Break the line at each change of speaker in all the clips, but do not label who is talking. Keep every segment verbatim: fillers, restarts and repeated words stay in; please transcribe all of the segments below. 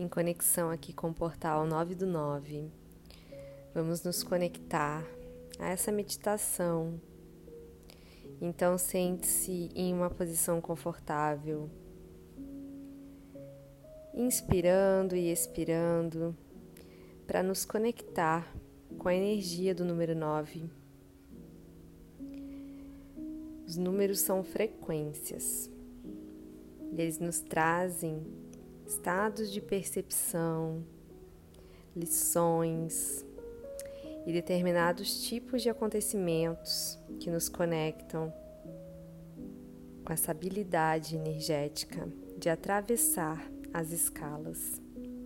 em conexão aqui com o portal nove do nove. Vamos nos conectar a essa meditação. Então, sente-se em uma posição confortável, inspirando e expirando, para nos conectar com a energia do número nove. Os números são frequências. Eles nos trazem estados de percepção, lições e determinados tipos de acontecimentos que nos conectam com essa habilidade energética de atravessar as escalas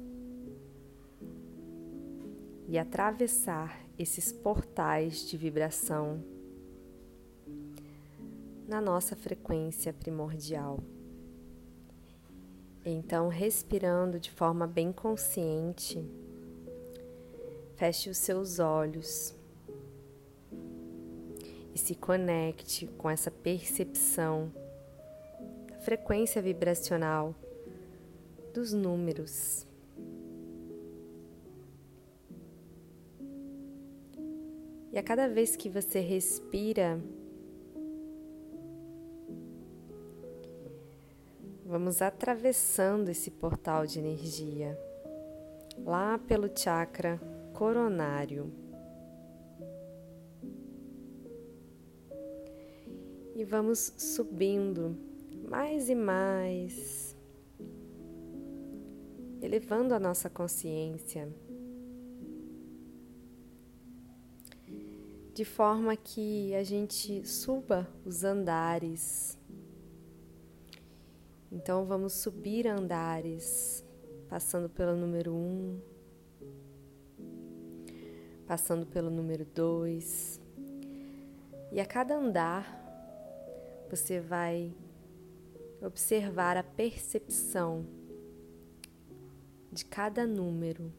e atravessar esses portais de vibração na nossa frequência primordial. Então, respirando de forma bem consciente, feche os seus olhos e se conecte com essa percepção da frequência vibracional dos números. E a cada vez que você respira, vamos atravessando esse portal de energia lá pelo chakra coronário. E vamos subindo mais e mais, elevando a nossa consciência, de forma que a gente suba os andares. Então vamos subir andares, passando pelo número um, passando pelo número dois. E a cada andar você vai observar a percepção de cada número.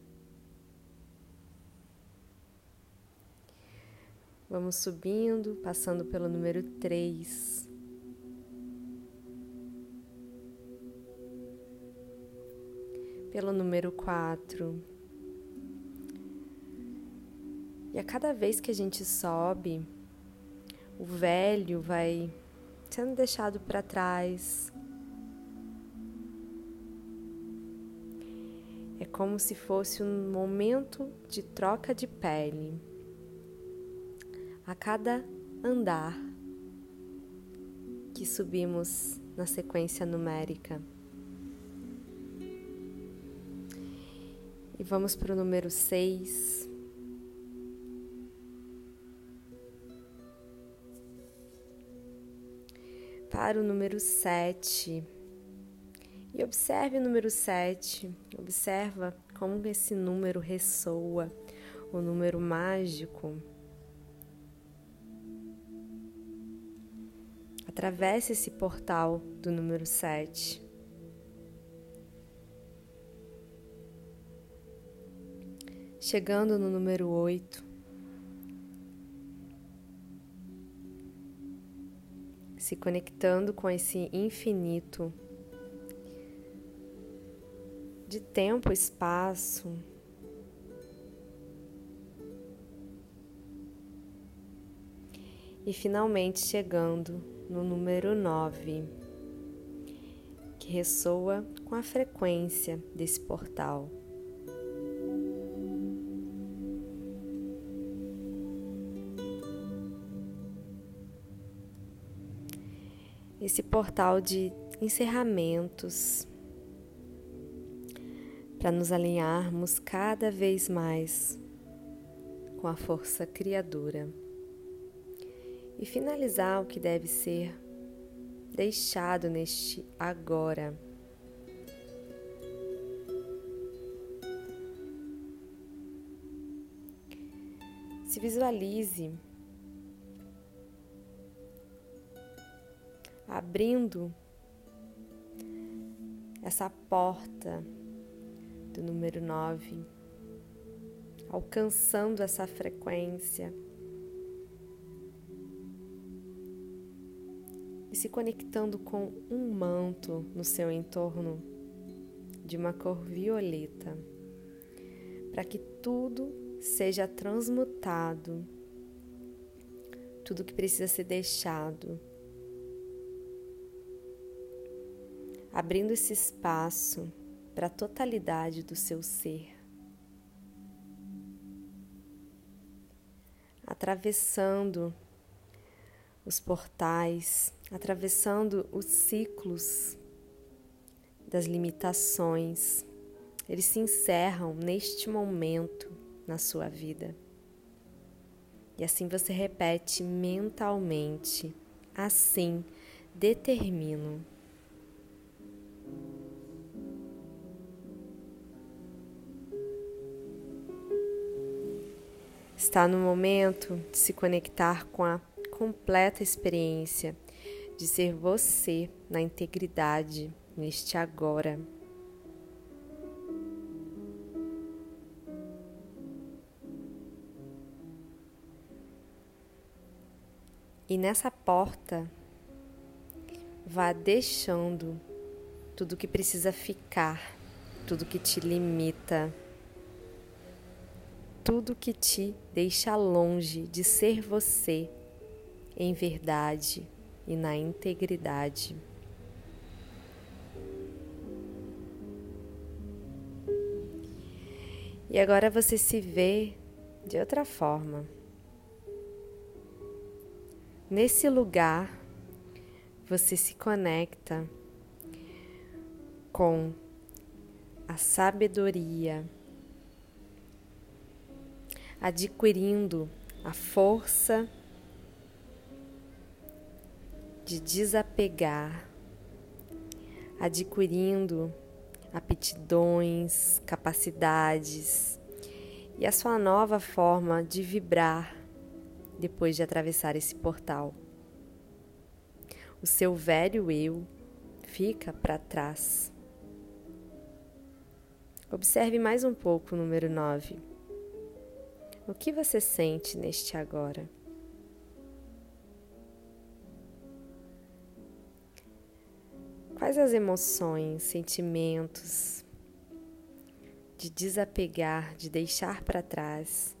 Vamos subindo, passando pelo número três. Pelo número quatro. E a cada vez que a gente sobe, o velho vai sendo deixado para trás. É como se fosse um momento de troca de pele. A cada andar que subimos na sequência numérica. E vamos para o número seis. Para o número sete. E observe o número sete. Observa como esse número ressoa, o número mágico. Atravesse esse portal do número sete. Chegando no número oito. Se conectando com esse infinito de tempo e espaço. E finalmente chegando no número nove, que ressoa com a frequência desse portal. Esse portal de encerramentos, para nos alinharmos cada vez mais com a força criadora e finalizar o que deve ser deixado neste agora. Se visualize abrindo essa porta do número nove, alcançando essa frequência e se conectando com um manto no seu entorno de uma cor violeta, para que tudo seja transmutado, tudo que precisa ser deixado, abrindo esse espaço para a totalidade do seu ser, atravessando os portais, atravessando os ciclos das limitações. Eles se encerram neste momento na sua vida. E assim você repete mentalmente: assim determino. Está no momento de se conectar com a completa experiência de ser você na integridade, neste agora. E nessa porta, vá deixando tudo que precisa ficar, tudo que te limita, tudo que te deixa longe de ser você em verdade e na integridade. E agora você se vê de outra forma. Nesse lugar, você se conecta com a sabedoria, adquirindo a força de desapegar, adquirindo aptidões, capacidades e a sua nova forma de vibrar depois de atravessar esse portal. O seu velho eu fica para trás. Observe mais um pouco o número nove. O que você sente neste agora? Quais as emoções, sentimentos de desapegar, de deixar para trás?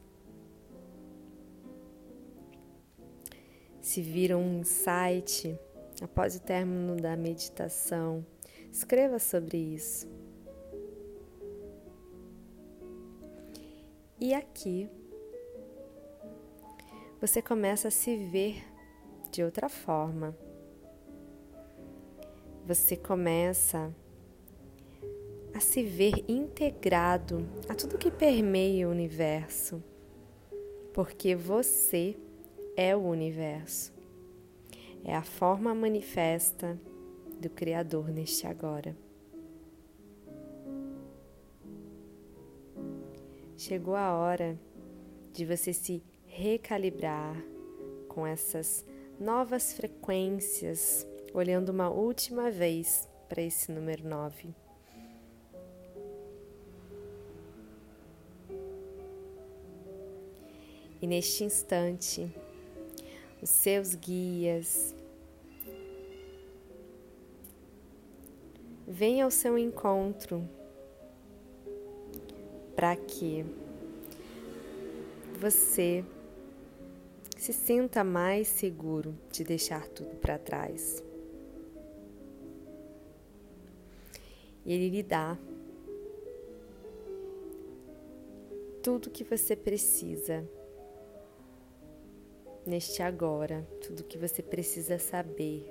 Se viram um insight após o término da meditação, escreva sobre isso. E aqui, você começa a se ver de outra forma. Você começa a se ver integrado a tudo que permeia o universo, porque você é o universo, é a forma manifesta do Criador neste agora. Chegou a hora de você se recalibrar com essas novas frequências, olhando uma última vez para esse número nove. E neste instante, os seus guias vêm ao seu encontro para que você se sinta mais seguro de deixar tudo para trás. E ele lhe dá tudo que você precisa neste agora, tudo que você precisa saber,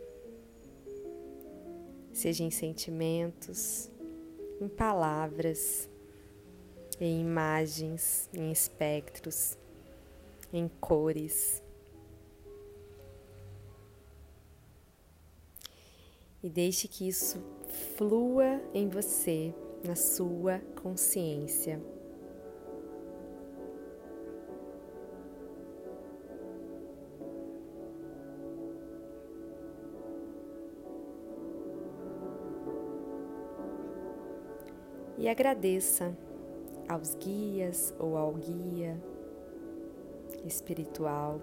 seja em sentimentos, em palavras, em imagens, em espectros, em cores. E deixe que isso flua em você, na sua consciência. E agradeça aos guias ou ao guia espiritual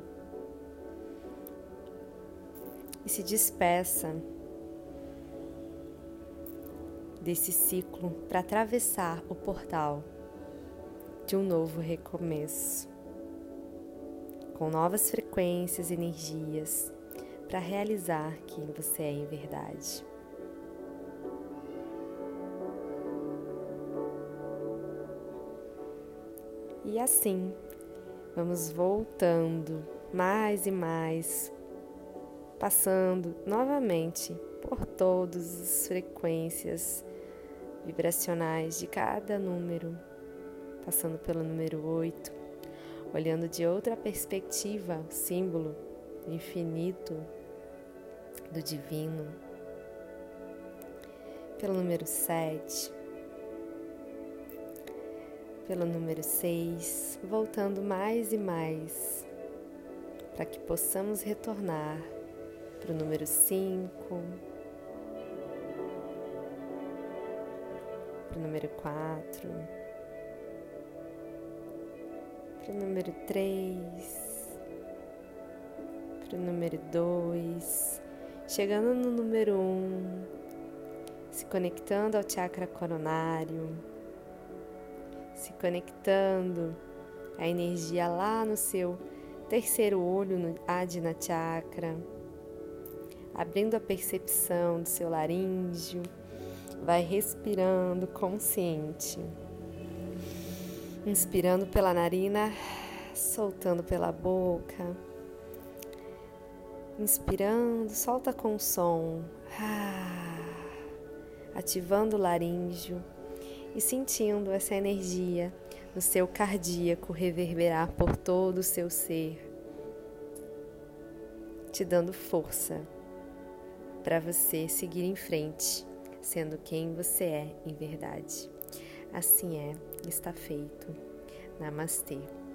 e se despeça desse ciclo para atravessar o portal de um novo recomeço, com novas frequências e energias para realizar quem você é em verdade. E assim, vamos voltando mais e mais, passando novamente por todas as frequências vibracionais de cada número, passando pelo número oito, olhando de outra perspectiva o símbolo do infinito, do divino, pelo número sete, pelo número seis, voltando mais e mais, para que possamos retornar para o número cinco, para o número quatro, para o número três, para o número dois, chegando no número um, se conectando ao chakra coronário, se conectando à energia lá no seu terceiro olho, no Adina Chakra, abrindo a percepção do seu laríngeo, vai respirando consciente, inspirando pela narina, soltando pela boca, inspirando, solta com som, ativando o laríngeo e sentindo essa energia no seu cardíaco reverberar por todo o seu ser, te dando força para você seguir em frente, sendo quem você é em verdade. Assim é, está feito. Namastê.